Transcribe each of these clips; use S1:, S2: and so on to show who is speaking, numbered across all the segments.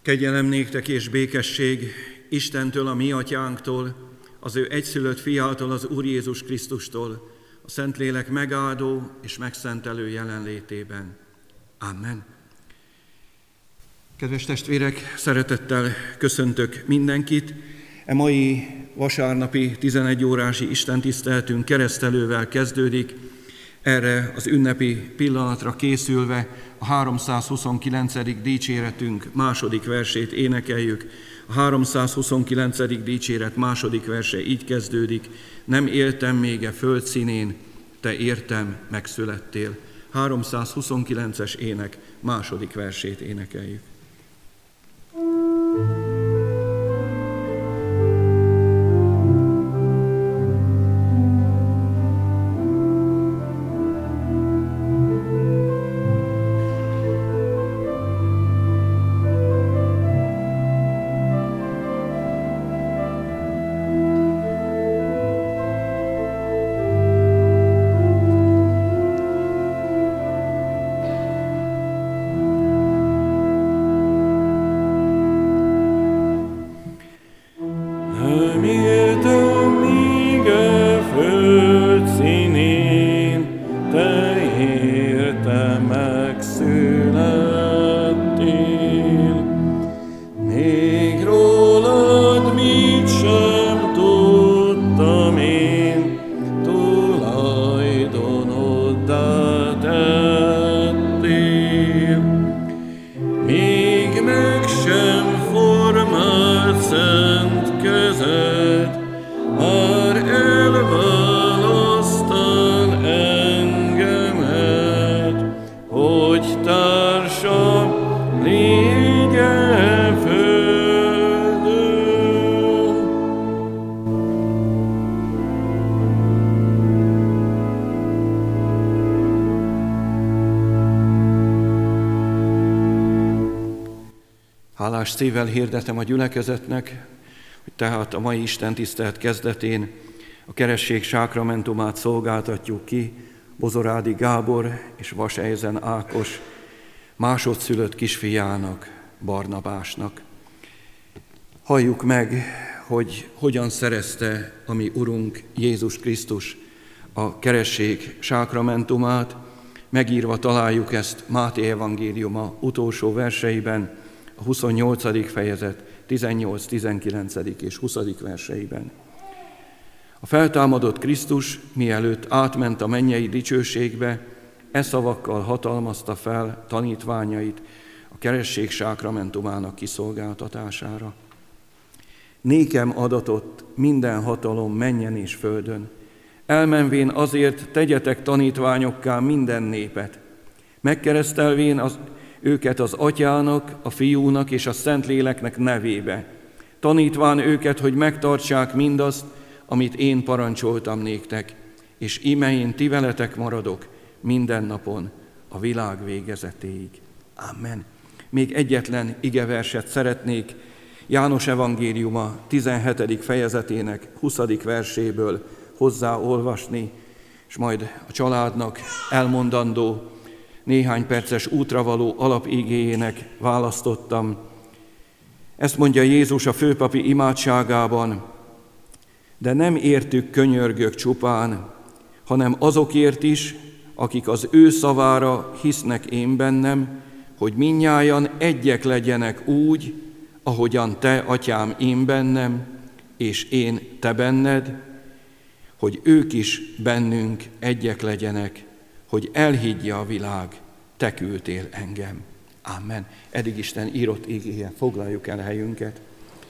S1: Kegyelem néktek és békesség Istentől, a mi atyánktól, az ő egyszülött fiától, az Úr Jézus Krisztustól, a Szentlélek megáldó és megszentelő jelenlétében. Amen. Kedves testvérek, szeretettel köszöntök mindenkit. E mai vasárnapi 11 órási istentiszteletünk keresztelővel kezdődik. Erre az ünnepi pillanatra készülve a 329. dicséretünk második versét énekeljük. A 329. dicséret második verse így kezdődik: nem éltem még e föld színén, te értem megszülettél. 329-es ének második versét énekeljük. Hálás szívvel hirdetem a gyülekezetnek, hogy tehát a mai istentisztelet kezdetén a keresztség sákramentumát szolgáltatjuk ki Bozorádi Gábor és Vasejzen Ákos másodszülött kisfiának, Barnabásnak. Halljuk meg, hogy hogyan szerezte a mi Urunk Jézus Krisztus a keresztség sákramentumát. Megírva találjuk ezt Máté evangéliuma utolsó verseiben, a 28. fejezet 18, 19. és 20. verseiben. A feltámadott Krisztus, mielőtt átment a mennyei dicsőségbe, e szavakkal hatalmazta fel tanítványait a keresztség sákramentumának kiszolgáltatására. Nékem adatott minden hatalom mennyen és földön. Elmenvén azért tegyetek tanítványokká minden népet, megkeresztelvén őket az Atyának, a Fiúnak és a Szentléleknek nevébe, tanítván őket, hogy megtartsák mindazt, amit én parancsoltam néktek, és íme én ti veletek maradok minden napon a világ végezetéig. Amen. Még egyetlen igeverset szeretnék János evangéliuma 17. fejezetének 20. verséből hozzáolvasni, és majd a családnak elmondandó néhány perces útravaló alapigéjének választottam. Ezt mondja Jézus a főpapi imádságában: de nem értük könyörgök csupán, hanem azokért is, akik az ő szavára hisznek én bennem, hogy mindnyájan egyek legyenek úgy, ahogyan te, Atyám, én bennem, és én te benned, hogy ők is bennünk egyek legyenek, hogy elhiggye a világ, te küldtél engem. Amen. Eddig Isten írott igéje, foglaljuk el helyünket.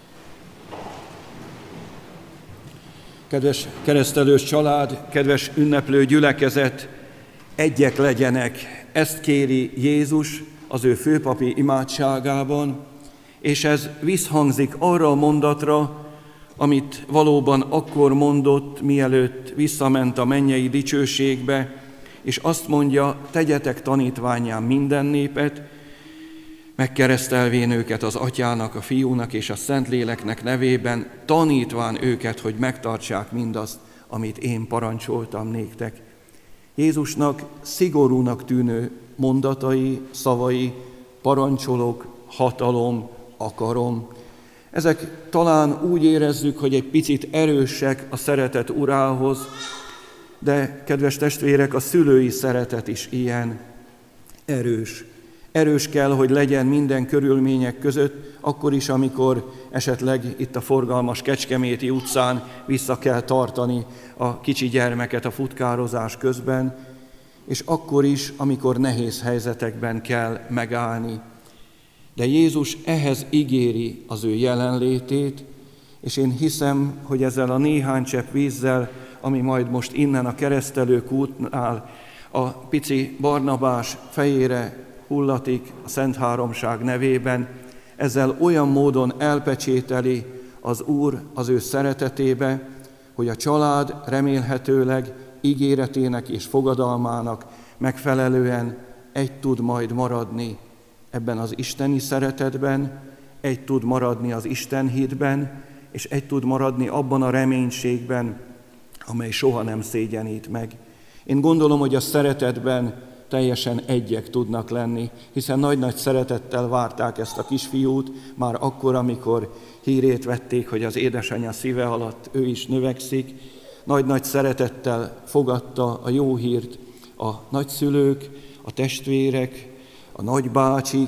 S1: Kedves keresztelős család, kedves ünneplő gyülekezet, egyek legyenek, ezt kéri Jézus az ő főpapi imádságában, és ez visszhangzik arra a mondatra, amit valóban akkor mondott, mielőtt visszament a mennyei dicsőségbe, és azt mondja: tegyetek tanítvánnyá minden népet, megkeresztelvén őket az Atyának, a Fiúnak és a Szentléleknek nevében, tanítván őket, hogy megtartsák mindazt, amit én parancsoltam néktek. Jézusnak szigorúnak tűnő mondatai, szavai, parancsolok, hatalom, akarom. Ezek talán úgy érezzük, hogy egy picit erősek a szeretet urához, de kedves testvérek, a szülői szeretet is ilyen erős. Erős kell, hogy legyen minden körülmények között, akkor is, amikor esetleg itt a forgalmas Kecskeméti utcán vissza kell tartani a kicsi gyermeket a futkározás közben, és akkor is, amikor nehéz helyzetekben kell megállni. De Jézus ehhez ígéri az ő jelenlétét, és én hiszem, hogy ezzel a néhány csepp vízzel, ami majd most innen a Keresztelőkútnál a pici Barnabás fejére hullatik a Szent Háromság nevében, ezzel olyan módon elpecsételi az Úr az ő szeretetébe, hogy a család remélhetőleg ígéretének és fogadalmának megfelelően egy tud majd maradni ebben az isteni szeretetben, egy tud maradni az Isten hitben, és egy tud maradni abban a reménységben, amely soha nem szégyenít meg. Én gondolom, hogy a szeretetben teljesen egyek tudnak lenni, hiszen nagy-nagy szeretettel várták ezt a kisfiút, már akkor, amikor hírét vették, hogy az édesanyja szíve alatt ő is növekszik. Nagy-nagy szeretettel fogadta a jó hírt a nagyszülők, a testvérek, a nagybácsik,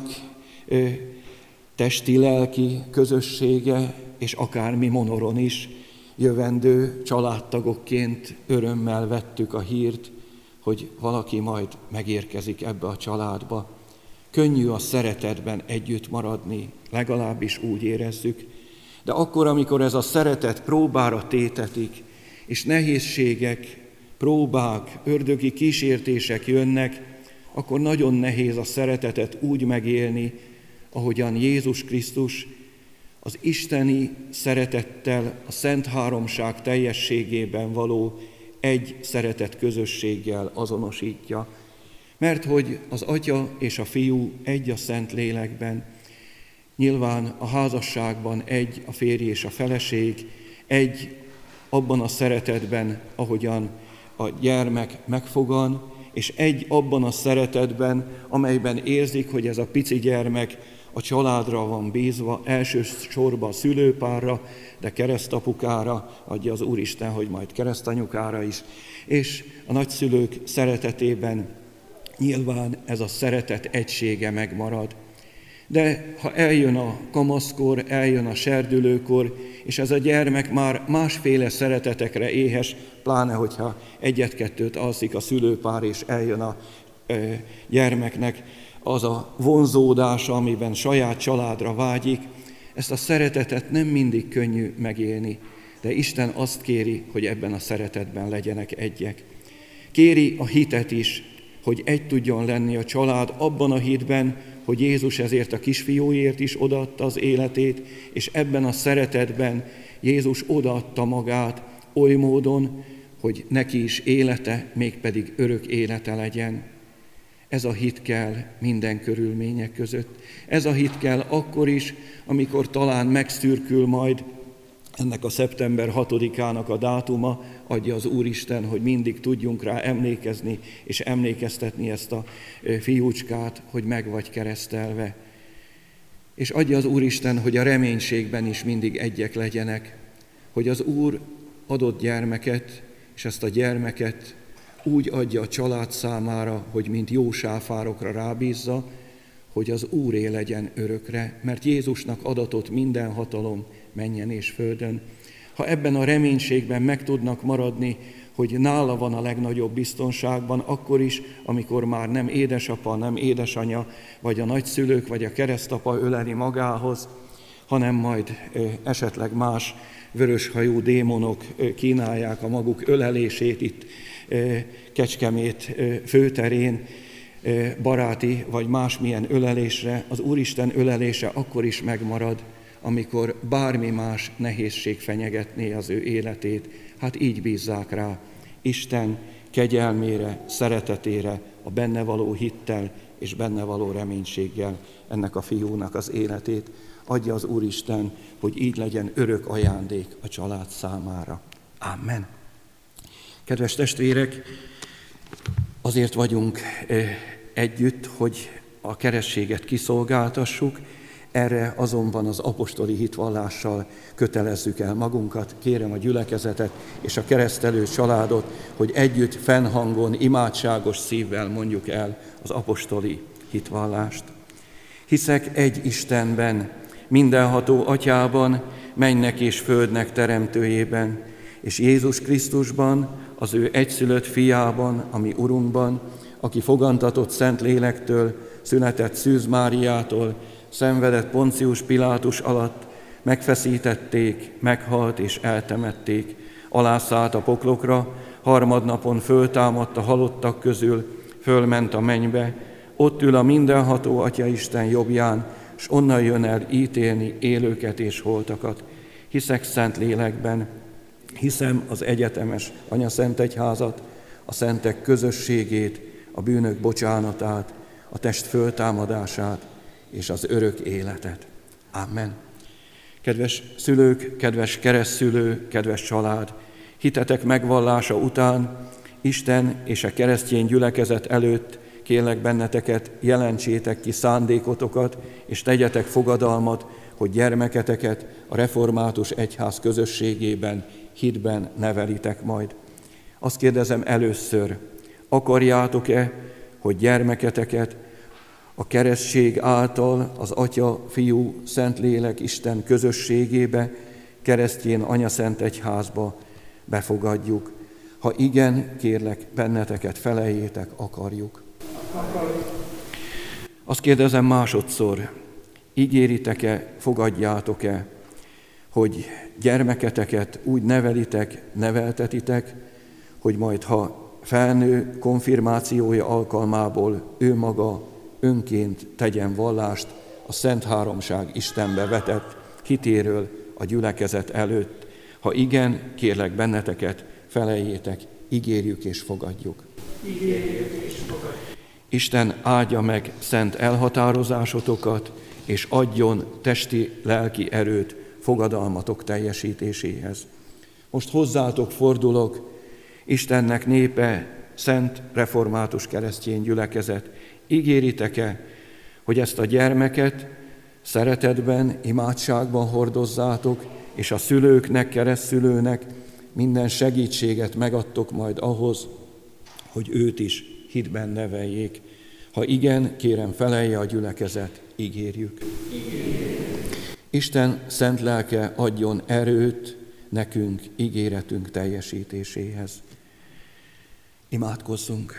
S1: testi-lelki közössége, és akár mi Monoron is jövendő családtagokként örömmel vettük a hírt, hogy valaki majd megérkezik ebbe a családba. Könnyű a szeretetben együtt maradni, legalábbis úgy érezzük, de akkor, amikor ez a szeretet próbára tétetik, és nehézségek, próbák, ördögi kísértések jönnek, akkor nagyon nehéz a szeretetet úgy megélni, ahogyan Jézus Krisztus az isteni szeretettel, a Szent Háromság teljességében való egy szeretet közösséggel azonosítja. Mert hogy az Atya és a Fiú egy a Szent Lélekben, nyilván a házasságban egy a férj és a feleség, egy abban a szeretetben, ahogyan a gyermek megfogan, és egy abban a szeretetben, amelyben érzik, hogy ez a pici gyermek a családra van bízva, elsősorban a szülőpárra, de keresztapukára, adja az Úristen, hogy majd keresztanyukára is, és a nagyszülők szeretetében nyilván ez a szeretet egysége megmarad. De ha eljön a kamaszkor, eljön a serdülőkor, és ez a gyermek már másféle szeretetekre éhes, pláne hogyha egyet-kettőt alszik a szülőpár, és eljön a gyermeknek az a vonzódása, amiben saját családra vágyik, ezt a szeretetet nem mindig könnyű megélni, de Isten azt kéri, hogy ebben a szeretetben legyenek egyek. Kéri a hitet is, hogy egy tudjon lenni a család abban a hitben, hogy Jézus ezért a kisfiúért is odaadta az életét, és ebben a szeretetben Jézus odaadta magát oly módon, hogy neki is élete, mégpedig örök élete legyen. Ez a hit kell minden körülmények között. Ez a hit kell akkor is, amikor talán megszürkül majd ennek a szeptember 6-ának a dátuma, adja az Úristen, hogy mindig tudjunk rá emlékezni, és emlékeztetni ezt a fiúcskát, hogy meg vagy keresztelve. És adja az Úristen, hogy a reménységben is mindig egyek legyenek, hogy az Úr adott gyermeket, és ezt a gyermeket úgy adja a család számára, hogy mint jó sáfárokra rábízza, hogy az Úré legyen örökre, mert Jézusnak adatott minden hatalom mennyen és földön. Ha ebben a reménységben meg tudnak maradni, hogy nála van a legnagyobb biztonságban, akkor is, amikor már nem édesapa, nem édesanya, vagy a nagyszülők, vagy a keresztapa öleli magához, hanem majd esetleg más vöröshajú démonok kínálják a maguk ölelését itt Kecskemét főterén, baráti vagy másmilyen ölelésre, az Úristen ölelése akkor is megmarad, amikor bármi más nehézség fenyegetné az ő életét. Hát így bízzák rá Isten kegyelmére, szeretetére, a benne való hittel és benne való reménységgel ennek a fiúnak az életét. Adja az Úristen, hogy így legyen örök ajándék a család számára. Amen. Kedves testvérek, azért vagyunk együtt, hogy a kerességet kiszolgáltassuk, Erre azonban az apostoli hitvallással kötelezzük el magunkat. Kérem a gyülekezetet és a keresztelő családot, hogy együtt fennhangon, imádságos szívvel mondjuk el az apostoli hitvallást. Hiszek egy Istenben, mindenható Atyában, mennek és földnek teremtőjében, és Jézus Krisztusban, az ő egyszülött fiában, ami Urunkban, aki fogantatott Szent Lélektől, született Szűz Máriától, szenvedett Poncius Pilátus alatt, megfeszítették, meghalt és eltemették, alászállt a poklokra, harmadnapon föltámadt a halottak közül, fölment a mennybe, ott ül a mindenható Atya Isten jobbján, s onnan jön el ítélni élőket és holtakat. Hiszek Szent Lélekben, hiszem az egyetemes Anyaszentegyházat, a szentek közösségét, a bűnök bocsánatát, a test föltámadását és az örök életet. Amen. Kedves szülők, kedves keresztszülő, kedves család, hitetek megvallása után Isten és a keresztény gyülekezet előtt kérlek benneteket, jelentsétek ki szándékotokat, és tegyetek fogadalmat, hogy gyermeketeket a református egyház közösségében, hitben nevelitek majd. Azt kérdezem először, akarjátok-e, hogy gyermeketeket a keresztség által az Atya, Fiú, Szentlélek, Isten közösségébe, keresztjén Anyaszentegyházba befogadjuk? Ha igen, kérlek benneteket, feleljétek, akarjuk. Azt kérdezem másodszor, ígéritek-e, fogadjátok-e, hogy gyermeketeket úgy nevelitek, neveltetitek, hogy majd ha felnő, konfirmációja alkalmából ő maga önként tegyen vallást a Szent Háromság Istenbe vetett hitéről a gyülekezet előtt. Ha igen, kérlek benneteket, feleljétek, ígérjük és fogadjuk.
S2: Ígérjük és fogadjuk.
S1: Isten áldja meg szent elhatározásotokat, és adjon testi, lelki erőt fogadalmatok teljesítéséhez. Most hozzátok fordulok, Istennek népe, szent református keresztény gyülekezet. Ígéritek-e, hogy ezt a gyermeket szeretetben, imádságban hordozzátok, és a szülőknek, keresztszülőnek minden segítséget megadtok majd ahhoz, hogy őt is hitben neveljék. Ha igen, kérem, felelje a gyülekezet, ígérjük. Isten szent lelke adjon erőt nekünk ígéretünk teljesítéséhez. Imádkozzunk!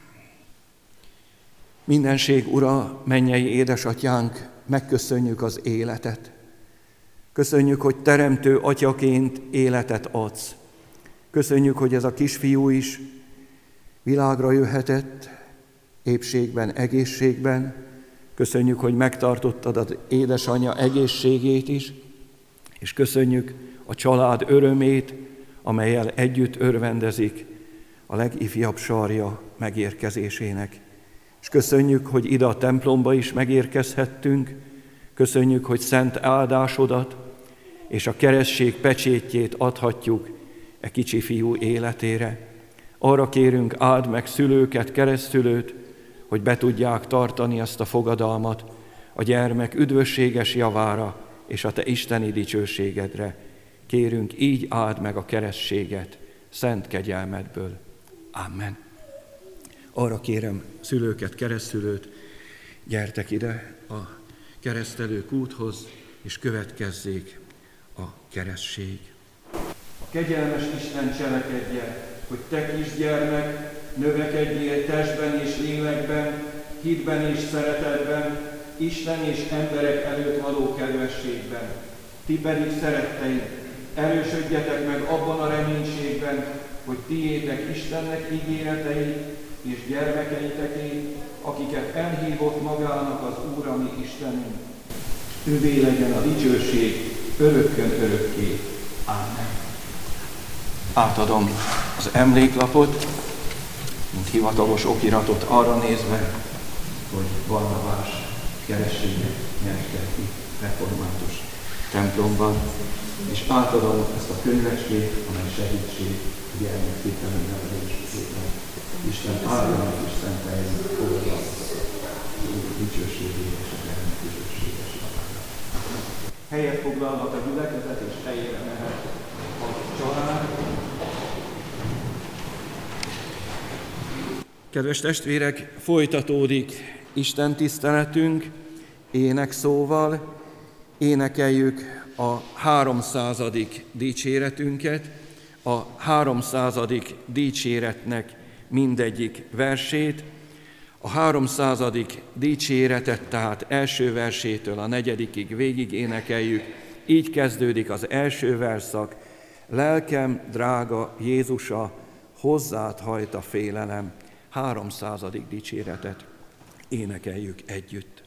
S1: Mindenség Ura, mennyei édesatyánk, megköszönjük az életet. Köszönjük, hogy teremtő atyaként életet adsz. Köszönjük, hogy ez a kisfiú is világra jöhetett, épségben, egészségben. Köszönjük, hogy megtartottad az édesanyja egészségét is, és köszönjük a család örömét, amellyel együtt örvendezik a legifjabb sarja megérkezésének. És köszönjük, hogy ide a templomba is megérkezhettünk, köszönjük, hogy szent áldásodat és a keresztség pecsétjét adhatjuk e kicsi fiú életére. Arra kérünk, áld meg szülőket, keresztszülőt, hogy be tudják tartani ezt a fogadalmat a gyermek üdvösséges javára és a te isteni dicsőségedre. Kérünk, így áld meg a keresztséget szent kegyelmedből. Amen. Arra kérem szülőket, keresztszülőt, gyertek ide a keresztelő kúthoz, és következzék a keresztség. A kegyelmes Isten cselekedje, hogy te kisgyermek növekedjél testben és lélekben, hitben és szeretetben, Isten és emberek előtt való kedvességben. Ti pedig, szeretteim, erősödjetek meg abban a reménységben, hogy tiétek Istennek ígéretei és gyermekeiteké, akiket elhívott magának az Úr, a mi Istenünk. Ővé legyen a dicsőség örökkön örökké. Amen. Átadom az emléklapot, mint hivatalos okiratot arra nézve, hogy Barnabás keresztséget nyerte ki református templomban, és átadom ezt a könyvecskét, amely segítség a gyermekhitelen nevelésében. Isten áldja meg és szenteljen fogadalmat, dicsőségét és a gyermek dicsőséges javára. Helyet foglalhat a gyülekezet, és helyére mehet a család. Kedves testvérek, folytatódik Isten tiszteletünk énekszóval. Énekeljük a 300. dicséretünket, a 300. dicséretnek mindegyik versét. A 300. dicséretet tehát első versétől a 4. végig énekeljük. Így kezdődik az első verszak. Lelkem, drága Jézusa, hozzád hajt a félelem. 300. dicséretet énekeljük együtt.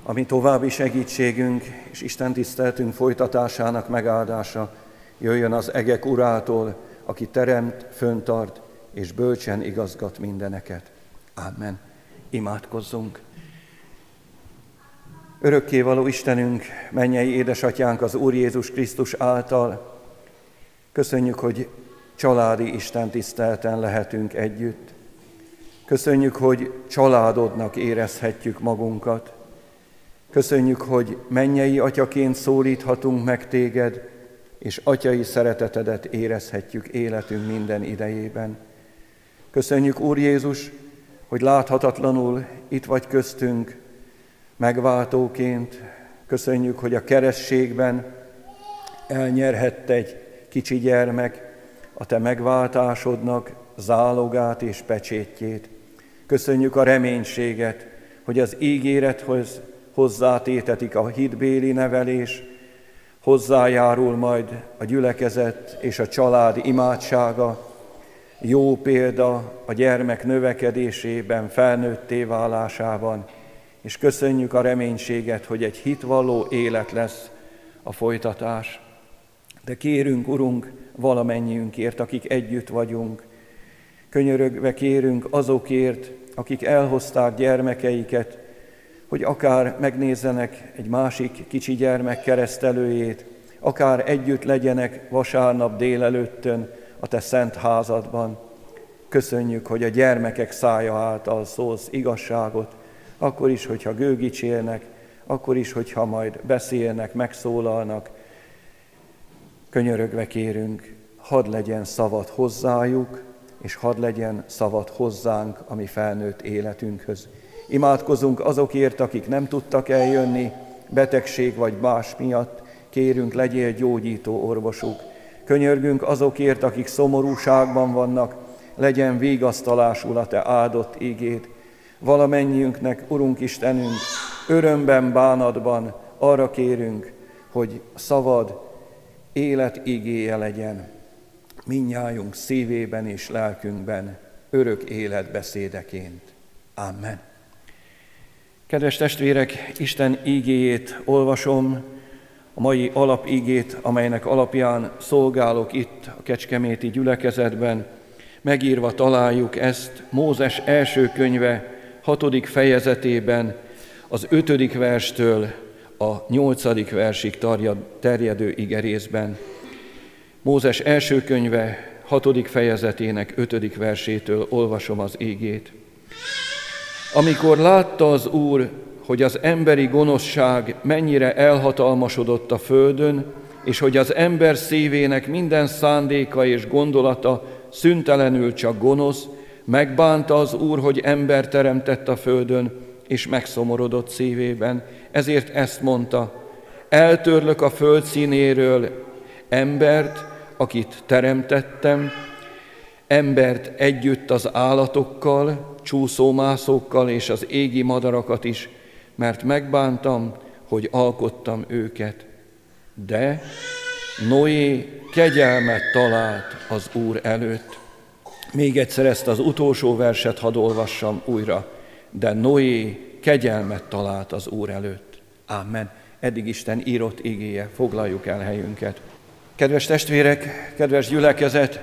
S1: ami további segítségünk és Isten tiszteletünk folytatásának megáldása jöjjön az egek Urától, aki teremt, föntart és bölcsen igazgat mindeneket. Amen. Imádkozzunk. Örökkévaló Istenünk, mennyei édesatyánk az Úr Jézus Krisztus által, köszönjük, hogy családi Isten tiszteleten lehetünk együtt. Köszönjük, hogy családodnak érezhetjük magunkat. Köszönjük, hogy mennyei atyaként szólíthatunk meg téged, és atyai szeretetedet érezhetjük életünk minden idejében. Köszönjük, Úr Jézus, hogy láthatatlanul itt vagy köztünk, megváltóként. Köszönjük, hogy a keresztségben elnyerhett egy kicsi gyermek a te megváltásodnak zálogát és pecsétjét. Köszönjük a reménységet, hogy az ígérethez hozzátétetik a hitbéli nevelés, hozzájárul majd a gyülekezet és a család imádsága, jó példa a gyermek növekedésében, felnőtté válásában, és köszönjük a reménységet, hogy egy hitvalló élet lesz a folytatás. De kérünk, Urunk, valamennyiünkért, akik együtt vagyunk, könyörögve kérünk azokért, akik elhozták gyermekeiket, hogy akár megnézzenek egy másik kicsi gyermek keresztelőjét, akár együtt legyenek vasárnap délelőttön a te szent házadban. Köszönjük, hogy a gyermekek szája által szólsz igazságot, akkor is, hogyha gőgicsélnek, akkor is, hogyha majd beszélnek, megszólalnak. Könyörögve kérünk, hadd legyen szavad hozzájuk, és hadd legyen szavad hozzánk a mi felnőtt életünkhöz. Imádkozunk azokért, akik nem tudtak eljönni, betegség vagy más miatt, kérünk, legyél gyógyító orvosuk. Könyörgünk azokért, akik szomorúságban vannak, legyen vigasztalásul a te áldott ígéd. Valamennyiünknek, Urunk Istenünk, örömben, bánatban arra kérünk, hogy szavad élet ígéje legyen mindnyájunk szívében és lelkünkben, örök életbeszédeként. Amen. Kedves testvérek, Isten ígéjét olvasom, a mai alapígét, amelynek alapján szolgálok itt a kecskeméti gyülekezetben. Megírva találjuk ezt Mózes első könyve 6. fejezetében, az 5. verstől a 8. versig terjedő igerészben. Mózes első könyve 6. fejezetének 5. versétől olvasom az ígét. Amikor látta az Úr, hogy az emberi gonoszság mennyire elhatalmasodott a földön, és hogy az ember szívének minden szándéka és gondolata szüntelenül csak gonosz, megbánta az Úr, hogy ember teremtett a földön, és megszomorodott szívében. Ezért ezt mondta: eltörlök a föld színéről embert, akit teremtettem, embert együtt az állatokkal, csúszómászókkal és az égi madarakat is, mert megbántam, hogy alkottam őket. De Noé kegyelmet talált az Úr előtt. Még egyszer ezt az utolsó verset hadd olvassam újra. De Noé kegyelmet talált az Úr előtt. Amen. Eddig Isten írott igéje, foglaljuk el helyünket. Kedves testvérek, kedves gyülekezet,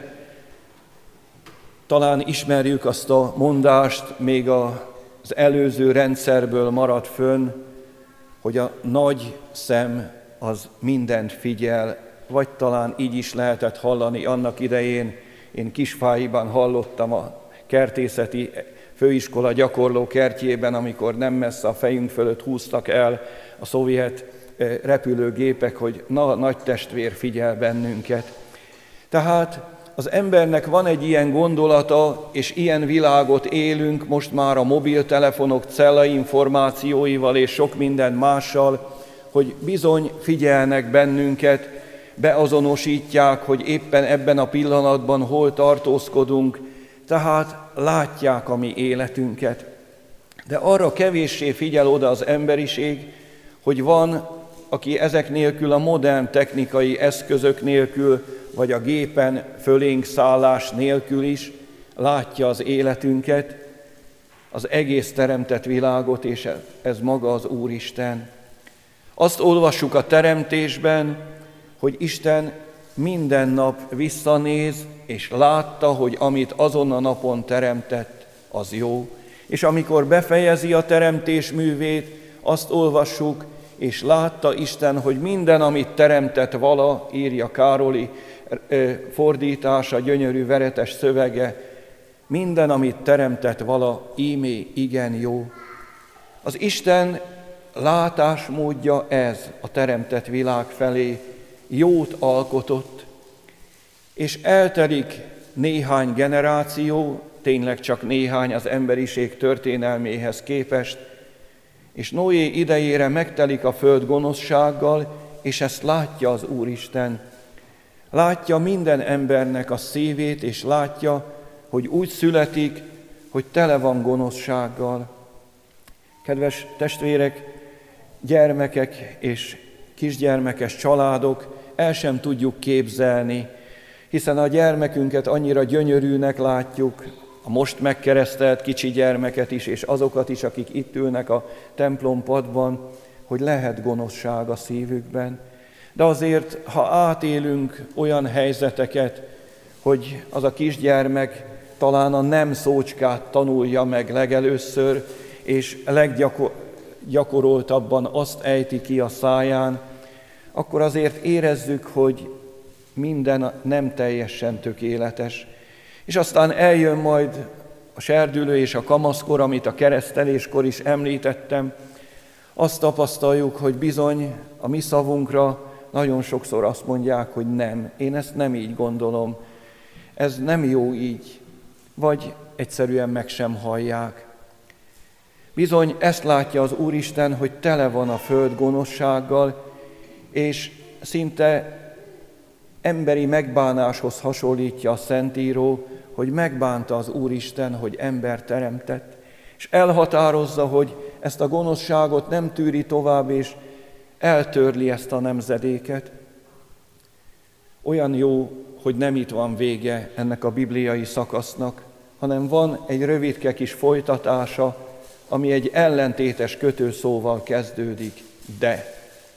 S1: talán ismerjük azt a mondást, még az előző rendszerből maradt fönn, hogy a nagy szem az mindent figyel, vagy talán így is lehetett hallani annak idején. Én Kisfáiban hallottam a kertészeti főiskola gyakorló kertjében, amikor nem messze a fejünk fölött húztak el a szovjet repülőgépek, hogy na, nagy testvér figyel bennünket. Tehát az embernek van egy ilyen gondolata, és ilyen világot élünk most már a mobiltelefonok cellainformációival és sok minden mással, hogy bizony figyelnek bennünket, beazonosítják, hogy éppen ebben a pillanatban hol tartózkodunk, tehát látják a mi életünket. De arra kevéssé figyel oda az emberiség, hogy van, aki ezek nélkül, a modern technikai eszközök nélkül, vagy a gépen fölénk szállás nélkül is látja az életünket, az egész teremtett világot, és ez maga az Úristen. Azt olvassuk a teremtésben, hogy Isten minden nap visszanéz, és látta, hogy amit azon a napon teremtett, az jó. És amikor befejezi a teremtés művét, azt olvassuk, és látta Isten, hogy minden, amit teremtett vala, írja Károli fordítása, gyönyörű veretes szövege, minden, amit teremtett vala, ímé igen jó. Az Isten látásmódja ez a teremtett világ felé, jót alkotott, és eltelik néhány generáció, tényleg csak néhány az emberiség történelméhez képest, és Noé idejére megtelik a föld gonoszsággal, és ezt látja az Úristen. Látja minden embernek a szívét, és látja, hogy úgy születik, hogy tele van gonoszsággal. Kedves testvérek, gyermekek és kisgyermekes családok, el sem tudjuk képzelni, hiszen a gyermekünket annyira gyönyörűnek látjuk, a most megkeresztelt kicsi gyermeket is, és azokat is, akik itt ülnek a templompadban, hogy lehet gonoszság a szívükben. De azért, ha átélünk olyan helyzeteket, hogy az a kisgyermek talán a nem szócskát tanulja meg legelőször, és leggyakoroltabban azt ejti ki a száján, akkor azért érezzük, hogy minden nem teljesen tökéletes. És aztán eljön majd a serdülő és a kamaszkor, amit a kereszteléskor is említettem, azt tapasztaljuk, hogy bizony a mi szavunkra nagyon sokszor azt mondják, hogy nem, én ezt nem így gondolom, ez nem jó így, vagy egyszerűen meg sem hallják. Bizony ezt látja az Úristen, hogy tele van a föld gonoszsággal, és szinte emberi megbánáshoz hasonlítja a Szentíró, hogy megbánta az Úristen, hogy ember teremtett, és elhatározza, hogy ezt a gonoszságot nem tűri tovább, és eltörli ezt a nemzedéket. Olyan jó, hogy nem itt van vége ennek a bibliai szakasznak, hanem van egy rövidke kis folytatása, ami egy ellentétes kötőszóval kezdődik, de.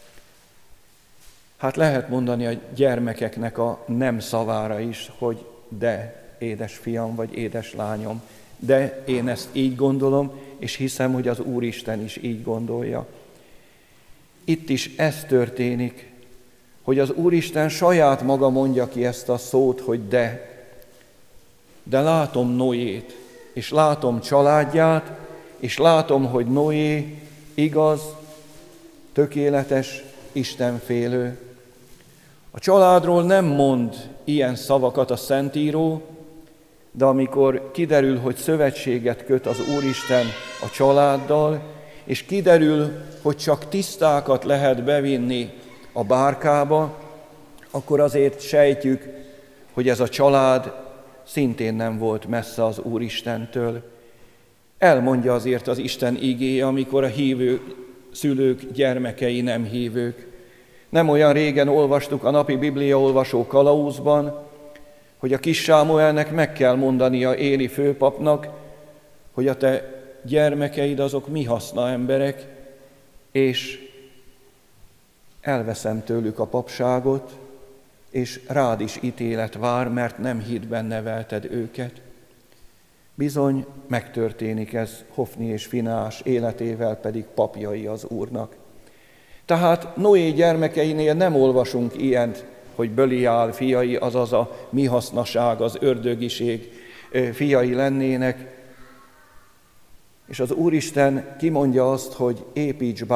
S1: Hát lehet mondani a gyermekeknek a nem szavára is, hogy de, édes fiam vagy édes lányom, de én ezt így gondolom, és hiszem, hogy az Úristen is így gondolja. Itt is ez történik, hogy az Úristen saját maga mondja ki ezt a szót, hogy de látom Noét, és látom családját, és látom, hogy Noé igaz, tökéletes, istenfélő. A családról nem mond ilyen szavakat a Szentíró, de amikor kiderül, hogy szövetséget köt az Úristen a családdal, és kiderül, hogy csak tisztákat lehet bevinni a bárkába, akkor azért sejtjük, hogy ez a család szintén nem volt messze az Úristentől. Elmondja azért az Isten igéje, amikor a hívő szülők gyermekei nem hívők. Nem olyan régen olvastuk a napi bibliaolvasó kalauzban, hogy a kis Sámuelnek meg kell mondania Éli főpapnak, hogy a te gyermekeid azok mi haszna emberek, és elveszem tőlük a papságot, és rád is ítélet vár, mert nem hitben nevelted őket. Bizony megtörténik ez Hofni és Finehás életével, pedig papjai az Úrnak. Tehát Noé gyermekeinél nem olvasunk ilyent, hogy Böliál fiai, azaz a mi hasznaság, az ördögiség fiai lennének. És az Úristen kimondja azt, hogy építs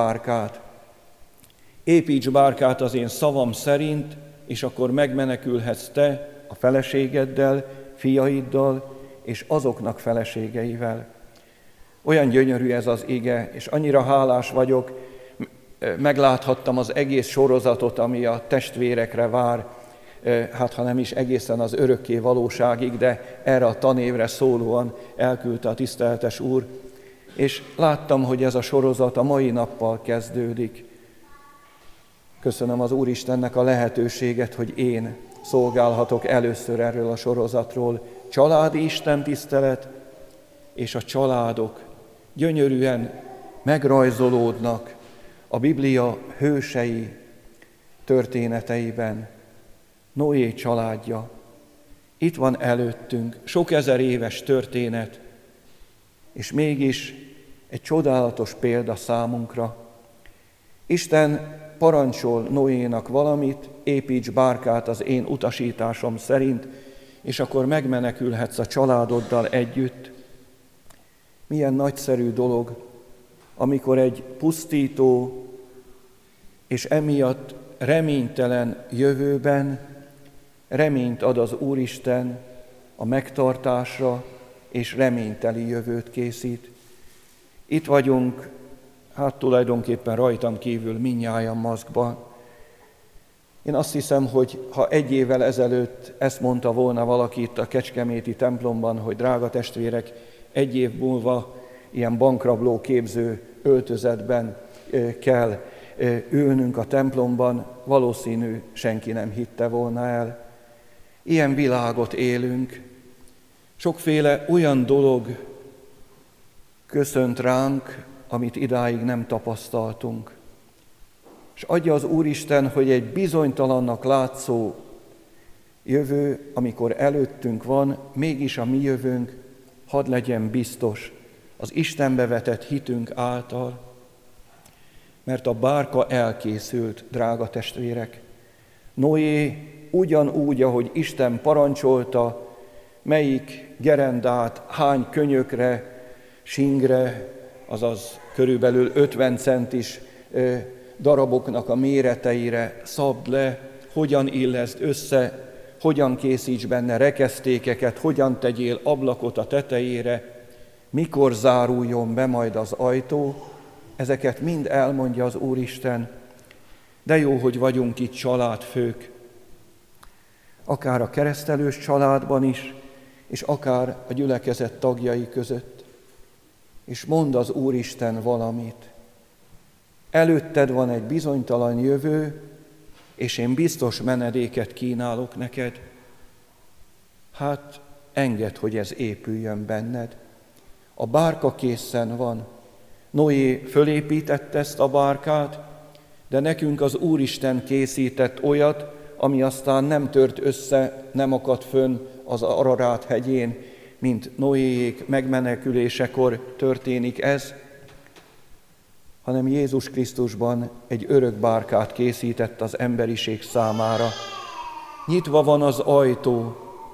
S1: bárkát az én szavam szerint, és akkor megmenekülhetsz te a feleségeddel, fiaiddal, és azoknak feleségeivel. Olyan gyönyörű ez az ige, és annyira hálás vagyok, megláthattam az egész sorozatot, ami a testvérekre vár, hát ha nem is egészen az örökké valóságig, de erre a tanévre szólóan elküldte a tiszteletes Úr, és láttam, hogy ez a sorozat a mai nappal kezdődik. Köszönöm az Úristennek a lehetőséget, hogy én szolgálhatok először erről a sorozatról. Családi istentisztelet és a családok gyönyörűen megrajzolódnak a Biblia hősei történeteiben. Noé családja. Itt van előttünk, sok ezer éves történet, és mégis egy csodálatos példa számunkra. Isten parancsol Noénak valamit, építs bárkát az én utasításom szerint, és akkor megmenekülhetsz a családoddal együtt. Milyen nagyszerű dolog, amikor egy pusztító és emiatt reménytelen jövőben reményt ad az Úristen a megtartásra, és reményteli jövőt készít. Itt vagyunk, hát tulajdonképpen rajtam kívül mindnyájan maszkban. Én azt hiszem, hogy ha 1 évvel ezelőtt ezt mondta volna valaki itt a kecskeméti templomban, hogy drága testvérek, 1 év múlva ilyen bankrabló képző öltözetben kell ülnünk a templomban, valószínű senki nem hitte volna el. Ilyen világot élünk, sokféle olyan dolog köszönt ránk, amit idáig nem tapasztaltunk. És adja az Úristen, hogy egy bizonytalannak látszó jövő, amikor előttünk van, mégis a mi jövőnk hadd legyen biztos az Istenbe vetett hitünk által, mert a bárka elkészült, drága testvérek. Noé ugyanúgy, ahogy Isten parancsolta, melyik gerendát hány könyökre, singre, azaz körülbelül 50 centis daraboknak a méreteire szabd le, hogyan illeszd össze, hogyan készíts benne rekesztékeket, hogyan tegyél ablakot a tetejére, mikor záruljon be majd az ajtó, ezeket mind elmondja az Úristen. De jó, hogy vagyunk itt családfők, akár a keresztelős családban is, és akár a gyülekezet tagjai között. És mond az Úristen valamit. Előtted van egy bizonytalan jövő, és én biztos menedéket kínálok neked. Hát engedd, hogy ez épüljön benned. A bárka készen van. Noé fölépítette ezt a bárkát, de nekünk az Úristen készített olyat, ami aztán nem tört össze, nem akadt fönn az Ararát hegyén, mint Noéjék megmenekülésekor történik ez, hanem Jézus Krisztusban egy örök bárkát készített az emberiség számára. Nyitva van az ajtó,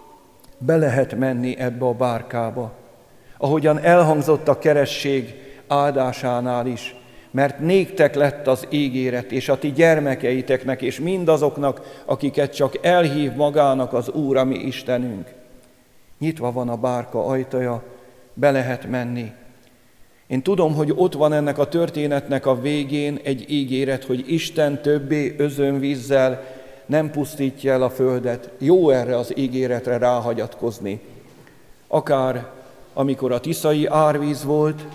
S1: be lehet menni ebbe a bárkába. Ahogyan elhangzott a keresztség áldásánál is, mert néktek lett az ígéret, és a ti gyermekeiteknek, és mindazoknak, akiket csak elhív magának az Úr, a mi Istenünk. Nyitva van a bárka ajtaja, be lehet menni. Én tudom, hogy ott van ennek a történetnek a végén egy ígéret, hogy Isten többé özönvízzel nem pusztítja el a földet. Jó erre az ígéretre ráhagyatkozni. Akár amikor a tiszai árvíz volt,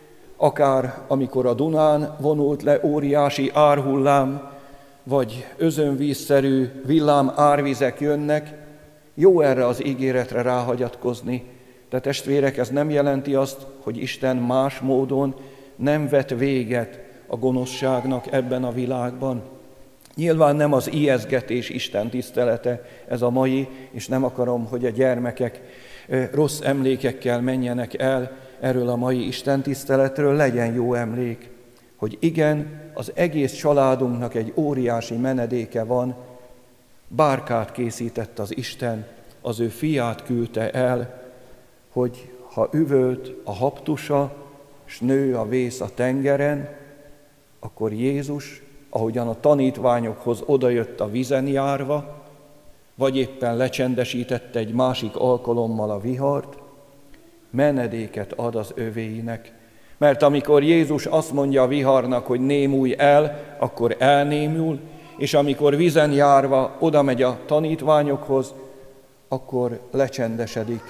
S1: akár amikor a Dunán vonult le óriási árhullám, vagy özönvízszerű villám árvizek jönnek, jó erre az ígéretre ráhagyatkozni. De testvérek, ez nem jelenti azt, hogy Isten más módon nem vet véget a gonoszságnak ebben a világban. Nyilván nem az ijesztgetés Isten tisztelete ez a mai, és nem akarom, hogy a gyermekek rossz emlékekkel menjenek el erről a mai Isten tiszteletről, legyen jó emlék, hogy igen, az egész családunknak egy óriási menedéke van, bárkát készített az Isten, az ő fiát küldte el, hogy ha üvölt a habtusa, s nő a vész a tengeren, akkor Jézus, ahogyan a tanítványokhoz odajött a vízen járva, vagy éppen lecsendesítette egy másik alkalommal a vihart, menedéket ad az övéinek. Mert amikor Jézus azt mondja a viharnak, hogy némulj el, akkor elnémul, és amikor vízen járva oda megy a tanítványokhoz, akkor lecsendesedik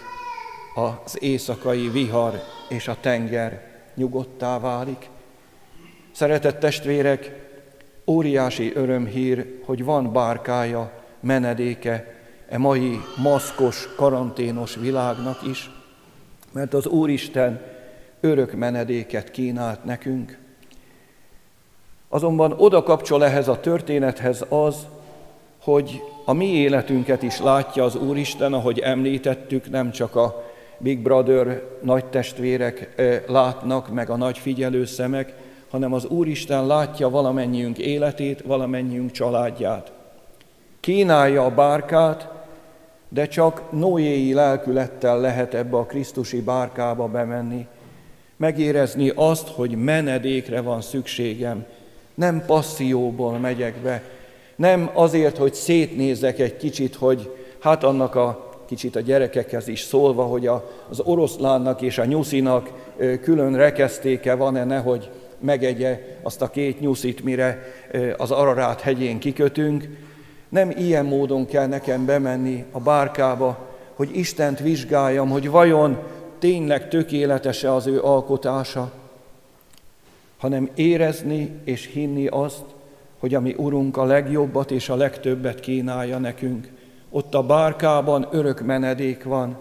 S1: az éjszakai vihar, és a tenger nyugodtá válik. Szeretett testvérek, óriási örömhír, hogy van bárkája, menedéke e mai maszkos, karanténos világnak is, mert az Úristen örök menedéket kínált nekünk. Azonban oda kapcsol ehhez a történethez az, hogy a mi életünket is látja az Úristen, ahogy említettük, nem csak a Big Brother nagy testvérek látnak, meg a nagy figyelő szemek, hanem az Úristen látja valamennyiünk életét, valamennyiünk családját. Kínálja a bárkát, de csak Noéi lelkülettel lehet ebbe a krisztusi bárkába bemenni, megérezni azt, hogy menedékre van szükségem. Nem passzióból megyek be, nem azért, hogy szétnézzek egy kicsit, hogy hát annak a kicsit a gyerekekhez is szólva, hogy az oroszlánnak és a nyuszinak külön rekesztéke van-e, nehogy megegye azt a 2 nyuszit, mire az Ararát hegyén kikötünk. Nem ilyen módon kell nekem bemenni a bárkába, hogy Istent vizsgáljam, hogy vajon tényleg tökéletes-e az ő alkotása, hanem érezni és hinni azt, hogy a mi Urunk a legjobbat és a legtöbbet kínálja nekünk. Ott a bárkában örök menedék van.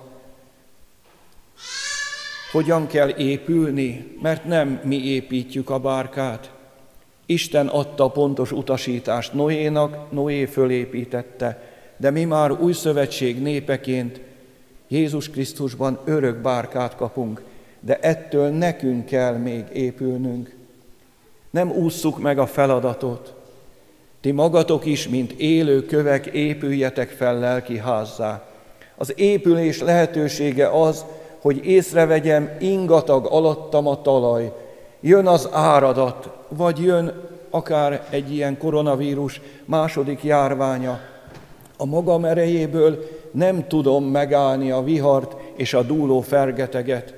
S1: Hogyan kell épülni? Mert nem mi építjük a bárkát. Isten adta a pontos utasítást Noénak, Noé fölépítette, de mi már új szövetség népeként Jézus Krisztusban örök bárkát kapunk, de ettől nekünk kell még épülnünk. Nem ússzuk meg a feladatot. Ti magatok is, mint élő kövek, épüljetek fel lelki házzá. Az épülés lehetősége az, hogy észrevegyem, ingatag alattam a talaj, jön az áradat, vagy jön akár egy ilyen koronavírus második járványa. A magam erejéből nem tudom megállni a vihart és a dúló fergeteget.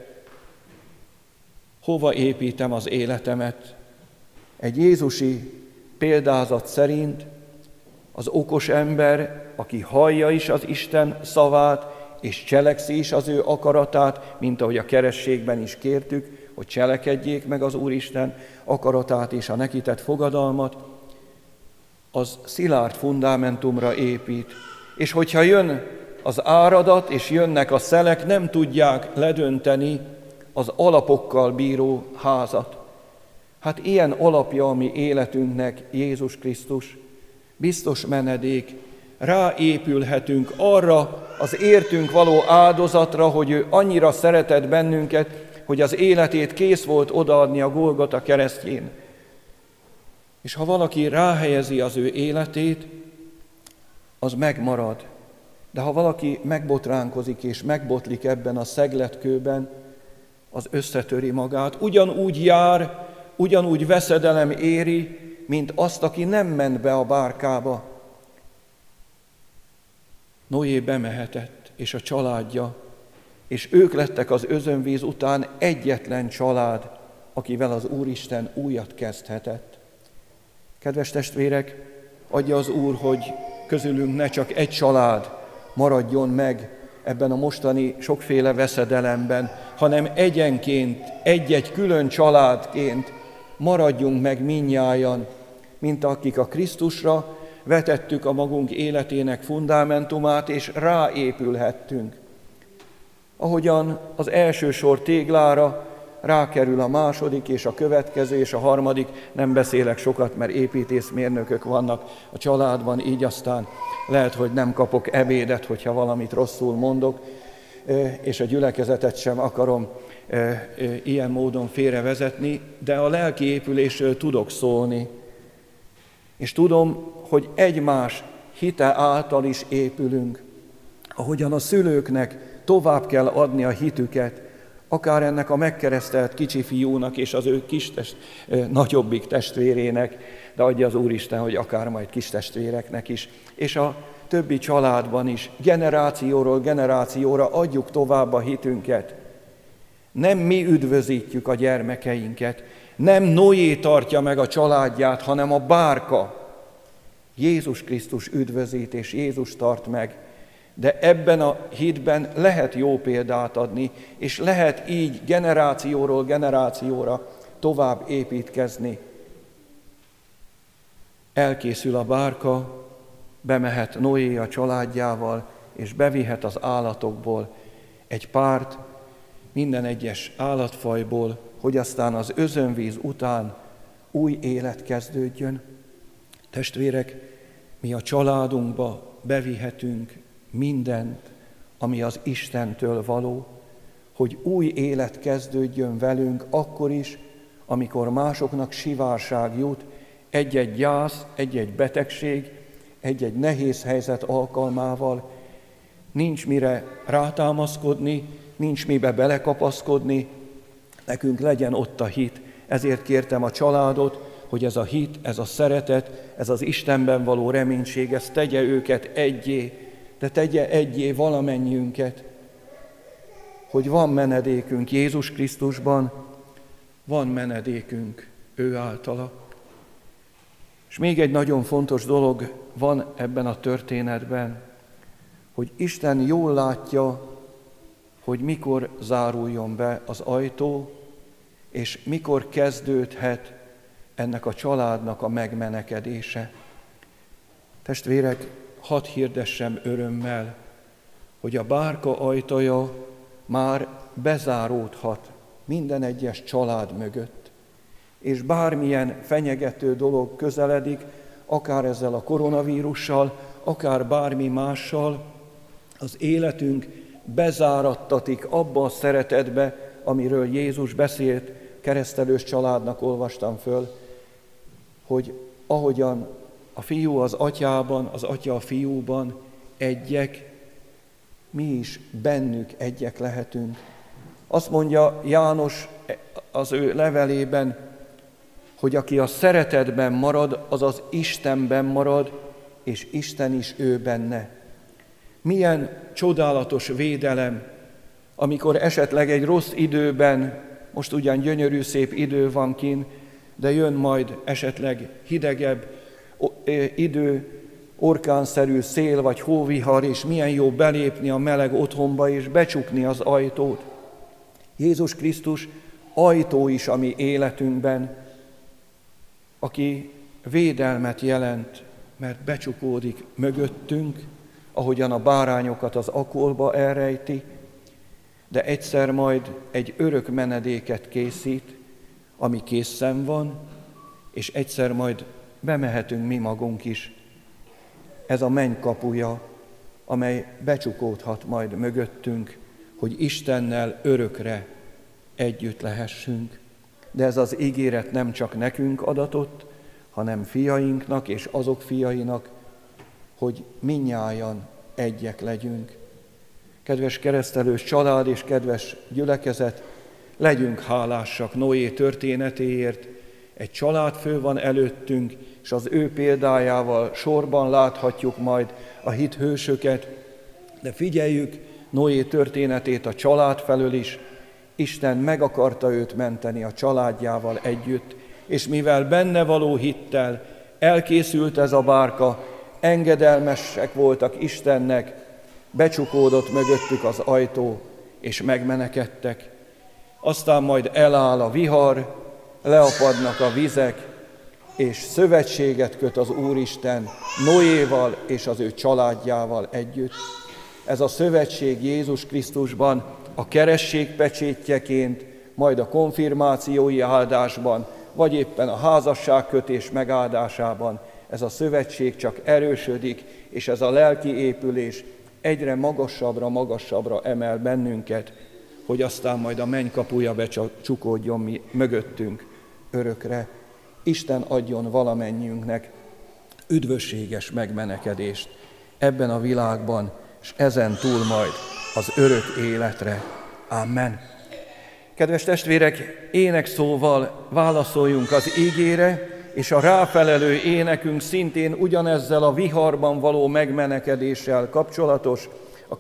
S1: Hova építem az életemet? Egy jézusi példázat szerint az okos ember, aki hallja is az Isten szavát, és cselekszi is az ő akaratát, mint ahogy a kerességben is kértük, hogy cselekedjék meg az Úristen akaratát és a neki tett fogadalmat, az szilárd fundamentumra épít. És hogyha jön az áradat, és jönnek a szelek, nem tudják ledönteni az alapokkal bíró házat. Hát ilyen alapja a mi életünknek Jézus Krisztus, biztos menedék, ráépülhetünk arra az értünk való áldozatra, hogy ő annyira szeretett bennünket, hogy az életét kész volt odaadni a Golgota keresztjén. És ha valaki ráhelyezi az ő életét, az megmarad. De ha valaki megbotránkozik és megbotlik ebben a szegletkőben, az összetöri magát. Ugyanúgy jár, ugyanúgy veszedelem éri, mint azt, aki nem ment be a bárkába. Noé bemehetett, és a családja, és ők lettek az özönvíz után egyetlen család, akivel az Úristen újat kezdhetett. Kedves testvérek, adja az Úr, hogy közülünk ne csak egy család maradjon meg ebben a mostani sokféle veszedelemben, hanem egyenként, egy-egy külön családként maradjunk meg mindnyájan, mint akik a Krisztusra vetettük a magunk életének fundamentumát, és ráépülhettünk. Ahogyan az első sor téglára rákerül a második, és a következő, és a harmadik, nem beszélek sokat, mert építészmérnökök vannak a családban, így aztán lehet, hogy nem kapok ebédet, hogyha valamit rosszul mondok, és a gyülekezetet sem akarom ilyen módon félrevezetni, de a lelki épülésről tudok szólni. És tudom, hogy egymás hite által is épülünk. Ahogyan a szülőknek tovább kell adni a hitüket, akár ennek a megkeresztelt kicsi fiúnak és az ő nagyobbik testvérének, de adja az Úristen, hogy akár majd kis testvéreknek is, és a többi családban is, generációról generációra adjuk tovább a hitünket. Nem mi üdvözítjük a gyermekeinket, nem Noé tartja meg a családját, hanem a bárka. Jézus Krisztus üdvözít, és Jézus tart meg. De ebben a hitben lehet jó példát adni, és lehet így generációról generációra tovább építkezni. Elkészül a bárka, bemehet Noé a családjával, és bevihet az állatokból egy párt, minden egyes állatfajból, hogy aztán az özönvíz után új élet kezdődjön. Testvérek, mi a családunkba bevihetünk mindent, ami az Istentől való, hogy új élet kezdődjön velünk akkor is, amikor másoknak sivárság jut, egy-egy gyász, egy-egy betegség, egy-egy nehéz helyzet alkalmával. Nincs mire rátámaszkodni, nincs mibe belekapaszkodni, nekünk legyen ott a hit. Ezért kértem a családot, hogy ez a hit, ez a szeretet, ez az Istenben való reménység, ez tegye őket egyé, de tegye egyé valamennyiünket, hogy van menedékünk Jézus Krisztusban, van menedékünk ő általa. És még egy nagyon fontos dolog van ebben a történetben, hogy Isten jól látja, hogy mikor záruljon be az ajtó, és mikor kezdődhet ennek a családnak a megmenekedése. Testvérek, hadd hirdessem örömmel, hogy a bárka ajtaja már bezáródhat minden egyes család mögött, és bármilyen fenyegető dolog közeledik, akár ezzel a koronavírussal, akár bármi mással, az életünk bezárattatik abba a szeretetbe, amiről Jézus beszélt, keresztelős családnak olvastam föl, hogy ahogyan a fiú az atyában, az atya a fiúban egyek, mi is bennük egyek lehetünk. Azt mondja János az ő levelében, hogy aki a szeretetben marad, az az Istenben marad, és Isten is ő benne. Milyen csodálatos védelem, amikor esetleg egy rossz időben, most ugyan gyönyörű szép idő van kint, de jön majd esetleg hidegebb idő, orkánszerű szél vagy hóvihar, és milyen jó belépni a meleg otthonba és becsukni az ajtót. Jézus Krisztus ajtó is a mi életünkben, aki védelmet jelent, mert becsukódik mögöttünk, ahogyan a bárányokat az akolba elrejti, de egyszer majd egy örök menedéket készít, ami készen van, és egyszer majd bemehetünk mi magunk is. Ez a menny kapuja, amely becsukódhat majd mögöttünk, hogy Istennel örökre együtt lehessünk. De ez az ígéret nem csak nekünk adatott, hanem fiainknak és azok fiainak, hogy mindnyájan egyek legyünk. Kedves keresztelős család és kedves gyülekezet, legyünk hálásak Noé történetéért. Egy családfő van előttünk, és az ő példájával sorban láthatjuk majd a hit hősöket, de figyeljük Noé történetét a család felől is. Isten meg akarta őt menteni a családjával együtt, és mivel benne való hittel elkészült ez a bárka, engedelmesek voltak Istennek, becsukódott mögöttük az ajtó, és megmenekedtek. Aztán majd eláll a vihar, leapadnak a vizek, és szövetséget köt az Úristen Noéval és az ő családjával együtt. Ez a szövetség Jézus Krisztusban a keresztség pecsétjeként, majd a konfirmációi áldásban, vagy éppen a házasságkötés megáldásában ez a szövetség csak erősödik, és ez a lelki épülés egyre magasabbra emel bennünket, hogy aztán majd a menny kapuja becsukódjon mi mögöttünk örökre. Isten adjon valamennyiünknek üdvösséges megmenekedést ebben a világban, és ezen túl majd az örök életre. Amen. Kedves testvérek, énekszóval válaszoljunk az ígére, és a ráfelelő énekünk szintén ugyanezzel a viharban való megmenekedéssel kapcsolatos, a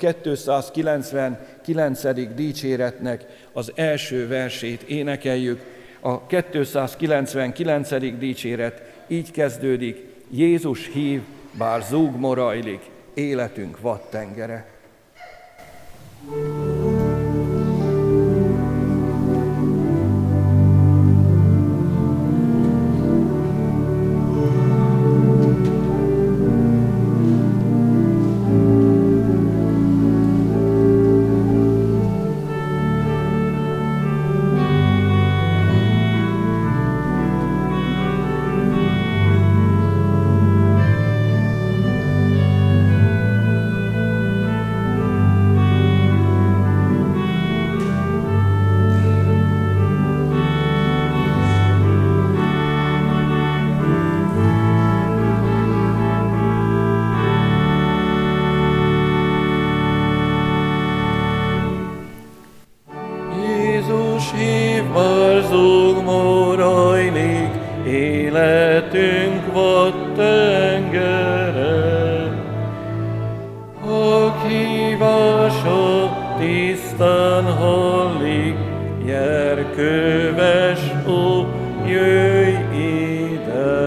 S1: 299. dicséretnek az első versét énekeljük. A 299. dicséret így kezdődik: Jézus hív, bár zúg rajlik, életünk vadtengere. életünk vad tengere. A hívásod tisztán hallik, gyerköves, ó, jöjj ide!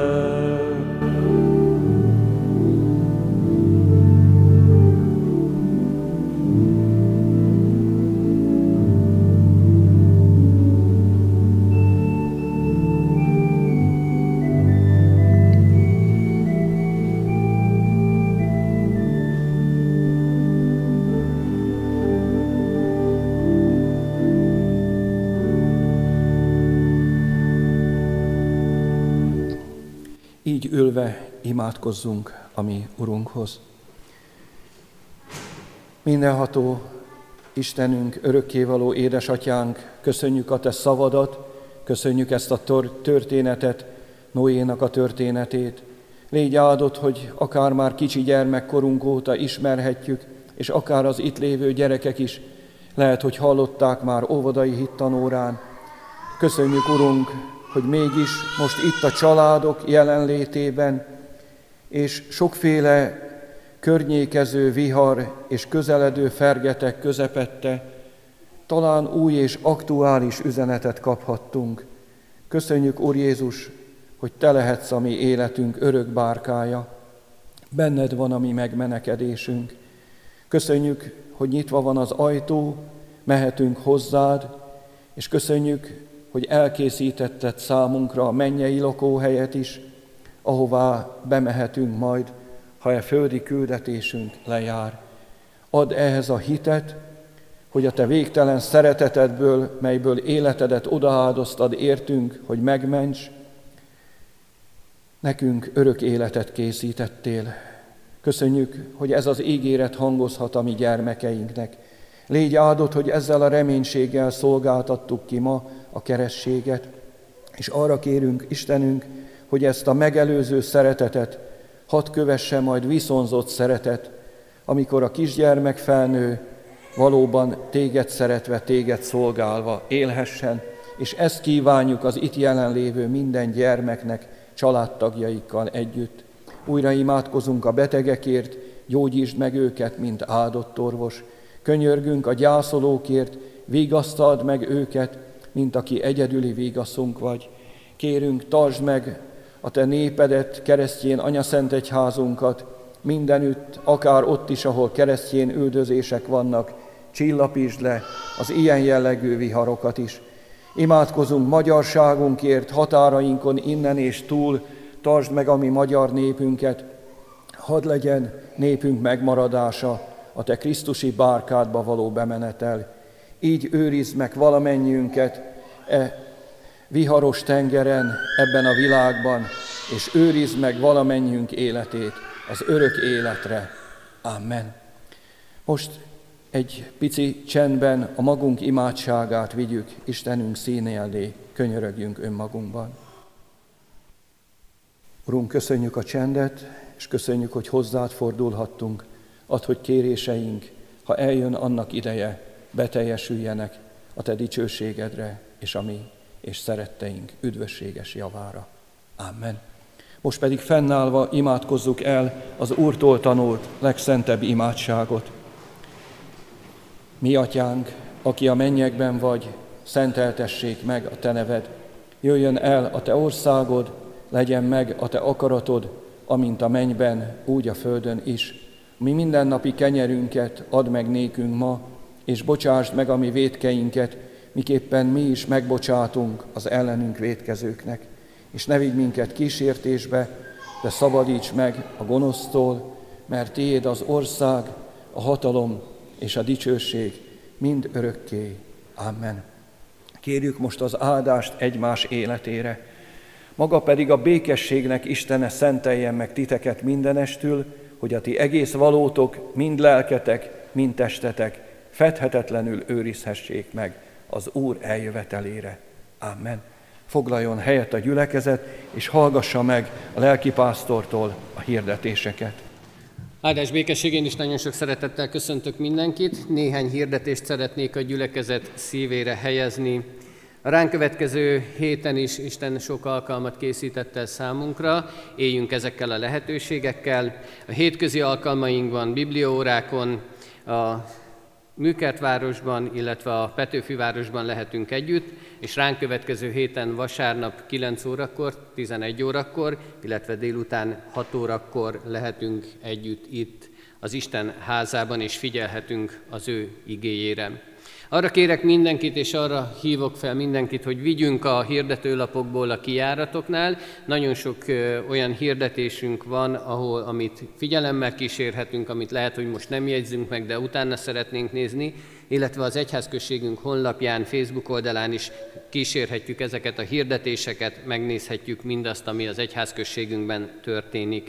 S1: Így ülve imádkozzunk a mi Urunkhoz. Mindenható Istenünk, örökkévaló édesatyánk, köszönjük a te szavadat, köszönjük ezt a történetet, Noénak a történetét. Légy áldott, hogy akár már kicsi gyermekkorunk óta ismerhetjük, és akár az itt lévő gyerekek is lehet, hogy hallották már óvodai hittanórán. Köszönjük, Urunk, hogy mégis most itt a családok jelenlétében, és sokféle környékező vihar és közeledő fergetek közepette talán új és aktuális üzenetet kaphattunk. Köszönjük, Úr Jézus, hogy te lehetsz a mi életünk örök bárkája. Benned van a mi megmenekedésünk. Köszönjük, hogy nyitva van az ajtó, mehetünk hozzád, és köszönjük, hogy elkészítetted számunkra a mennyei lakóhelyet is, ahová bemehetünk majd, ha e földi küldetésünk lejár. Add ehhez a hitet, hogy a te végtelen szeretetedből, melyből életedet odaáldoztad értünk, hogy megments, nekünk örök életet készítettél. Köszönjük, hogy ez az ígéret hangozhat a mi gyermekeinknek. Légy áldott, hogy ezzel a reménységgel szolgáltattuk ki ma a kerességet, és arra kérünk, Istenünk, hogy ezt a megelőző szeretetet hadd kövesse majd viszonzott szeretet, amikor a kisgyermek felnő, valóban téged szeretve, téged szolgálva élhessen, és ezt kívánjuk az itt jelenlévő minden gyermeknek, családtagjaikkal együtt. Újra imádkozunk a betegekért, gyógyítsd meg őket, mint áldott orvos. Könyörgünk a gyászolókért, vigasztald meg őket, mint aki egyedüli vigaszunk vagy. Kérünk, tartsd meg a te népedet, keresztjén anyaszentegyházunkat, mindenütt, akár ott is, ahol keresztjén üldözések vannak, csillapítsd le az ilyen jellegű viharokat is. Imádkozunk magyarságunkért, határainkon innen és túl, tartsd meg a mi magyar népünket, hadd legyen népünk megmaradása a te Krisztusi bárkádba való bemenetel. Így őrizd meg valamennyiünket viharos tengeren, ebben a világban, és őrizd meg valamennyiünk életét az örök életre. Amen. Most egy pici csendben a magunk imádságát vigyük Istenünk színe elé, könyörögjünk önmagunkban. Urunk, köszönjük a csendet, és köszönjük, hogy hozzád fordulhattunk. Add, hogy kéréseink, ha eljön annak ideje, beteljesüljenek a te dicsőségedre, és a mi és szeretteink üdvösséges javára. Amen. Most pedig fennállva imádkozzuk el az Úrtól tanult legszentebb imádságot. Mi atyánk, aki a mennyekben vagy, szenteltessék meg a te neved. Jöjjön el a te országod, legyen meg a te akaratod, amint a mennyben, úgy a földön is. Mi mindennapi kenyerünket add meg nékünk ma, és bocsásd meg a mi vétkeinket, miképpen mi is megbocsátunk az ellenünk vétkezőknek. És ne vigy minket kísértésbe, de szabadíts meg a gonosztól, mert tiéd az ország, a hatalom és a dicsőség mind örökké. Amen. Kérjük most az áldást egymás életére. Maga pedig a békességnek Istene szenteljen meg titeket mindenestül, hogy a ti egész valótok, mind lelketek, mind testetek fedhetetlenül őrizhessék meg az Úr eljövetelére. Amen. Foglaljon helyet a gyülekezet, és hallgassa meg a lelkipásztortól a hirdetéseket.
S3: Áldás békességén is nagyon sok szeretettel köszöntök mindenkit. Néhány hirdetést szeretnék a gyülekezet szívére helyezni. A ránk következő héten is Isten sok alkalmat készített el számunkra, éljünk ezekkel a lehetőségekkel. A hétközi alkalmainkban, bibliaórákon, a Műkertvárosban, illetve a Petőfivárosban lehetünk együtt, és ránk következő héten vasárnap 9 órakor, 11 órakor, illetve délután 6 órakor lehetünk együtt itt az Isten házában, és figyelhetünk az ő igéjére. Arra kérek mindenkit, és arra hívok fel mindenkit, hogy vigyünk a hirdetőlapokból a kijáratoknál. Nagyon sok olyan hirdetésünk van, amit figyelemmel kísérhetünk, amit lehet, hogy most nem jegyzünk meg, de utána szeretnénk nézni, illetve az egyházközségünk honlapján, Facebook oldalán is kísérhetjük ezeket a hirdetéseket, megnézhetjük mindazt, ami az egyházközségünkben történik.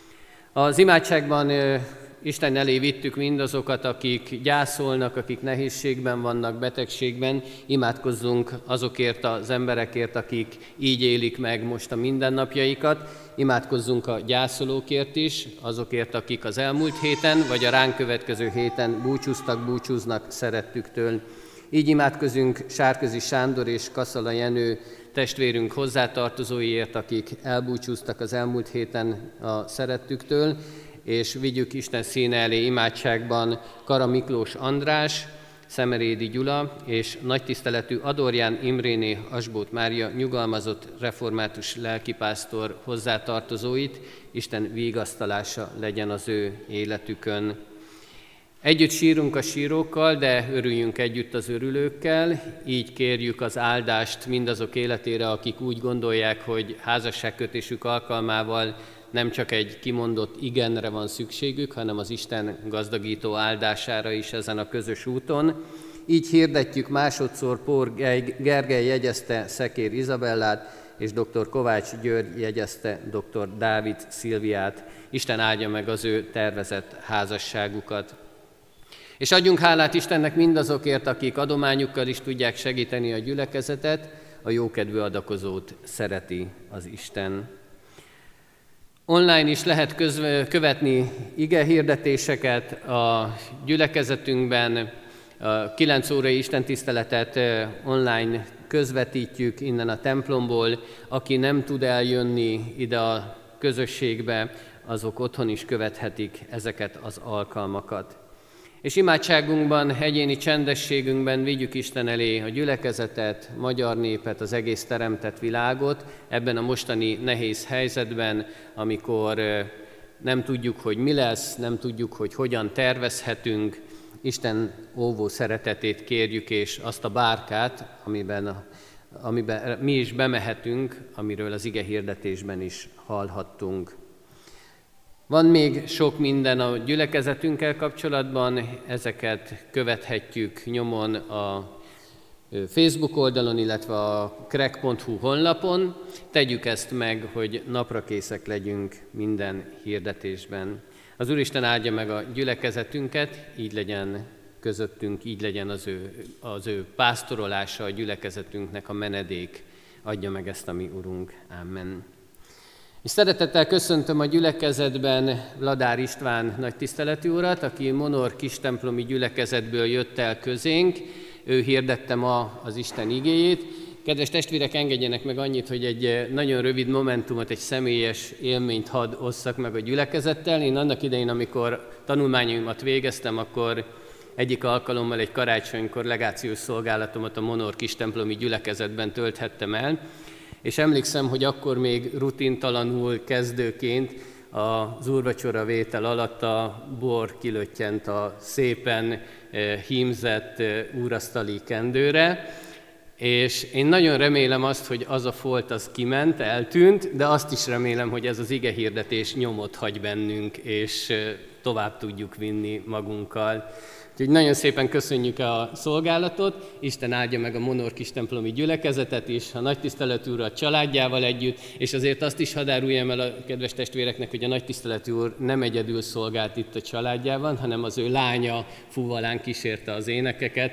S3: Az imádságban Isten elé vittük mindazokat, akik gyászolnak, akik nehézségben vannak, betegségben. Imádkozzunk azokért az emberekért, akik így élik meg most a mindennapjaikat. Imádkozzunk a gyászolókért is, azokért, akik az elmúlt héten, vagy a ránk következő héten búcsúznak szerettüktől. Így imádkozunk Sárközi Sándor és Kaszala Jenő testvérünk hozzátartozóiért, akik elbúcsúztak az elmúlt héten a szerettüktől, és vigyük Isten színe elé imádságban Kara Miklós András, Szemerédi Gyula és nagytiszteletű Adorján Imréné Asbóth Mária nyugalmazott református lelkipásztor hozzátartozóit. Isten vigasztalása legyen az ő életükön. Együtt sírunk a sírókkal, de örüljünk együtt az örülőkkel, így kérjük az áldást mindazok életére, akik úgy gondolják, hogy házasságkötésük alkalmával nem csak egy kimondott igenre van szükségük, hanem az Isten gazdagító áldására is ezen a közös úton. Így hirdetjük másodszor Pór Gergely jegyezte Szekér Izabellát, és dr. Kovács György jegyezte dr. Dávid Szilviát. Isten áldja meg az ő tervezett házasságukat. És adjunk hálát Istennek mindazokért, akik adományukkal is tudják segíteni a gyülekezetet, a jókedvű adakozót szereti az Isten. Online is lehet követni igehirdetéseket a gyülekezetünkben, a 9 órai istentiszteletet online közvetítjük innen a templomból. Aki nem tud eljönni ide a közösségbe, azok otthon is követhetik ezeket az alkalmakat. És imádságunkban, egyéni csendességünkben vigyük Isten elé a gyülekezetet, magyar népet, az egész teremtett világot ebben a mostani nehéz helyzetben, amikor nem tudjuk, hogy mi lesz, nem tudjuk, hogy hogyan tervezhetünk. Isten óvó szeretetét kérjük, és azt a bárkát, amiben mi is bemehetünk, amiről az igehirdetésben is hallhattunk. Van még sok minden a gyülekezetünkkel kapcsolatban, ezeket követhetjük nyomon a Facebook oldalon, illetve a krek.hu honlapon. Tegyük ezt meg, hogy naprakészek legyünk minden hirdetésben. Az Úristen áldja meg a gyülekezetünket, így legyen közöttünk, így legyen az ő pásztorolása a gyülekezetünknek a menedék. Adja meg ezt a mi Urunk. Amen. És szeretettel köszöntöm a gyülekezetben Ladár István nagytiszteletű urat, aki Monor kistemplomi gyülekezetből jött el közénk. Ő hirdette ma az Isten igéjét. Kedves testvérek, engedjenek meg annyit, hogy egy nagyon rövid momentumot, egy személyes élményt hadd osszak meg a gyülekezettel. Én annak idején, amikor tanulmányaimat végeztem, akkor egyik alkalommal egy karácsonykor legációs szolgálatomat a Monor kistemplomi gyülekezetben tölthettem el, és emlékszem, hogy akkor még rutintalanul kezdőként az úrvacsora vétel alatt a bor kilöttyent a szépen hímzett úrasztali kendőre, és én nagyon remélem azt, hogy az a folt az kiment, eltűnt, de azt is remélem, hogy ez az igehirdetés nyomot hagy bennünk, és tovább tudjuk vinni magunkkal. Úgyhogy nagyon szépen köszönjük a szolgálatot, Isten áldja meg a Monor kistemplomi gyülekezetet is, a nagytiszteletű úr a családjával együtt, és azért azt is hadd áruljam el a kedves testvéreknek, hogy a nagytiszteletű úr nem egyedül szolgált itt a családjában, hanem az ő lánya fuvalán kísérte az énekeket,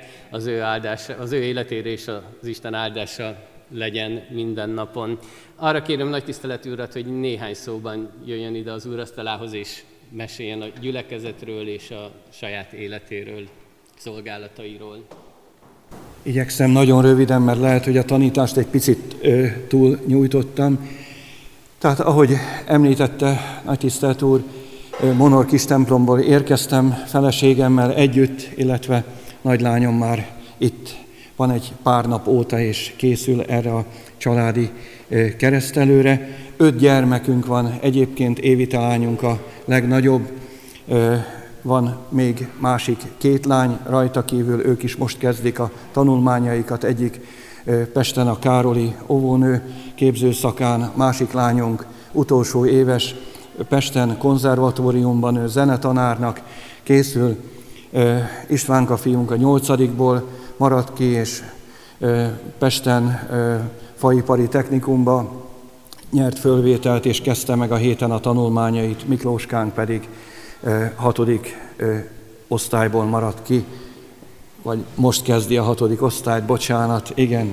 S3: az ő életére és az Isten áldása legyen minden napon. Arra kérem nagytiszteletű urat, hogy néhány szóban jöjjön ide az úrasztalához, és meséljen a gyülekezetről és a saját életéről, szolgálatairól.
S1: Igyekszem nagyon röviden, mert lehet, hogy a tanítást egy picit túl nyújtottam. Tehát ahogy említette nagy tisztelt úr, Monor kis templomból érkeztem feleségemmel együtt, illetve nagylányom már itt van egy pár nap óta, és készül erre a családi keresztelőre. 5 gyermekünk van, egyébként Évita lányunk a legnagyobb, van még másik 2 lány rajta kívül, ők is most kezdik a tanulmányaikat, egyik Pesten a Károli óvónő képzőszakán, másik lányunk utolsó éves, Pesten konzervatóriumban, ő zenetanárnak készül, Istvánka fiunk a 8-ból maradt ki, és Pesten faipari technikumba nyert fölvételt, és kezdte meg a héten a tanulmányait, Miklóskánk pedig 6. osztályból maradt ki, vagy most kezdi a 6. osztályt, bocsánat, igen,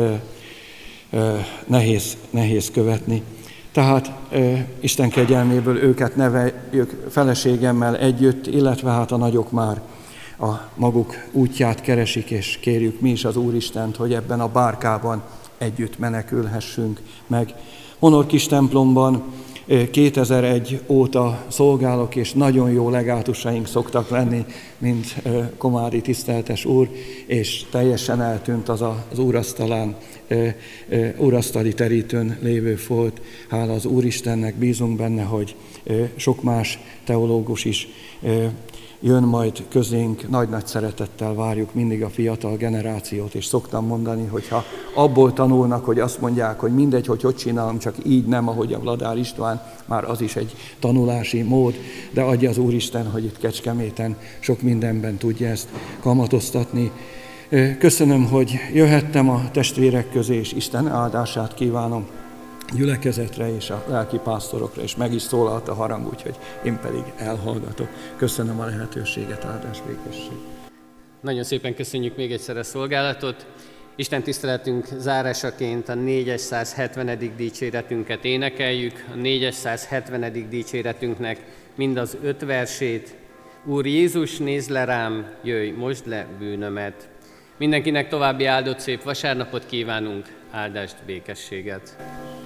S1: nehéz követni. Tehát Isten kegyelméből őket neveljük feleségemmel együtt, illetve hát a nagyok már a maguk útját keresik, és kérjük mi is az Úristent, hogy ebben a bárkában együtt menekülhessünk meg. Monor kis templomban 2001 óta szolgálok, és nagyon jó legátusaink szoktak lenni, mint Komári tiszteltes úr, és teljesen eltűnt az úrasztalán, úrasztali terítőn lévő folt. Hála az Úristennek, bízunk benne, hogy sok más teológus is jön majd közénk, nagy-nagy szeretettel várjuk mindig a fiatal generációt, és szoktam mondani, hogyha abból tanulnak, hogy azt mondják, hogy mindegy, hogy csinálom, csak így nem, ahogy a Vladár István, már az is egy tanulási mód, de adja az Úristen, hogy itt Kecskeméten sok mindenben tudja ezt kamatoztatni. Köszönöm, hogy jöhettem a testvérek közé, és Isten áldását kívánom gyülekezetre és a lelkipásztorokra, és meg is szólalt a harang, úgyhogy én pedig elhallgatok. Köszönöm a lehetőséget, áldás, békesség.
S3: Nagyon szépen köszönjük még egyszer a szolgálatot. Isten tiszteletünk zárásaként a 470. dicséretünket énekeljük. A 470. dicséretünknek mind az 5 versét. Úr Jézus, nézd le rám, jöjj, mosd le bűnömet. Mindenkinek további áldott szép vasárnapot kívánunk, áldást, békességet.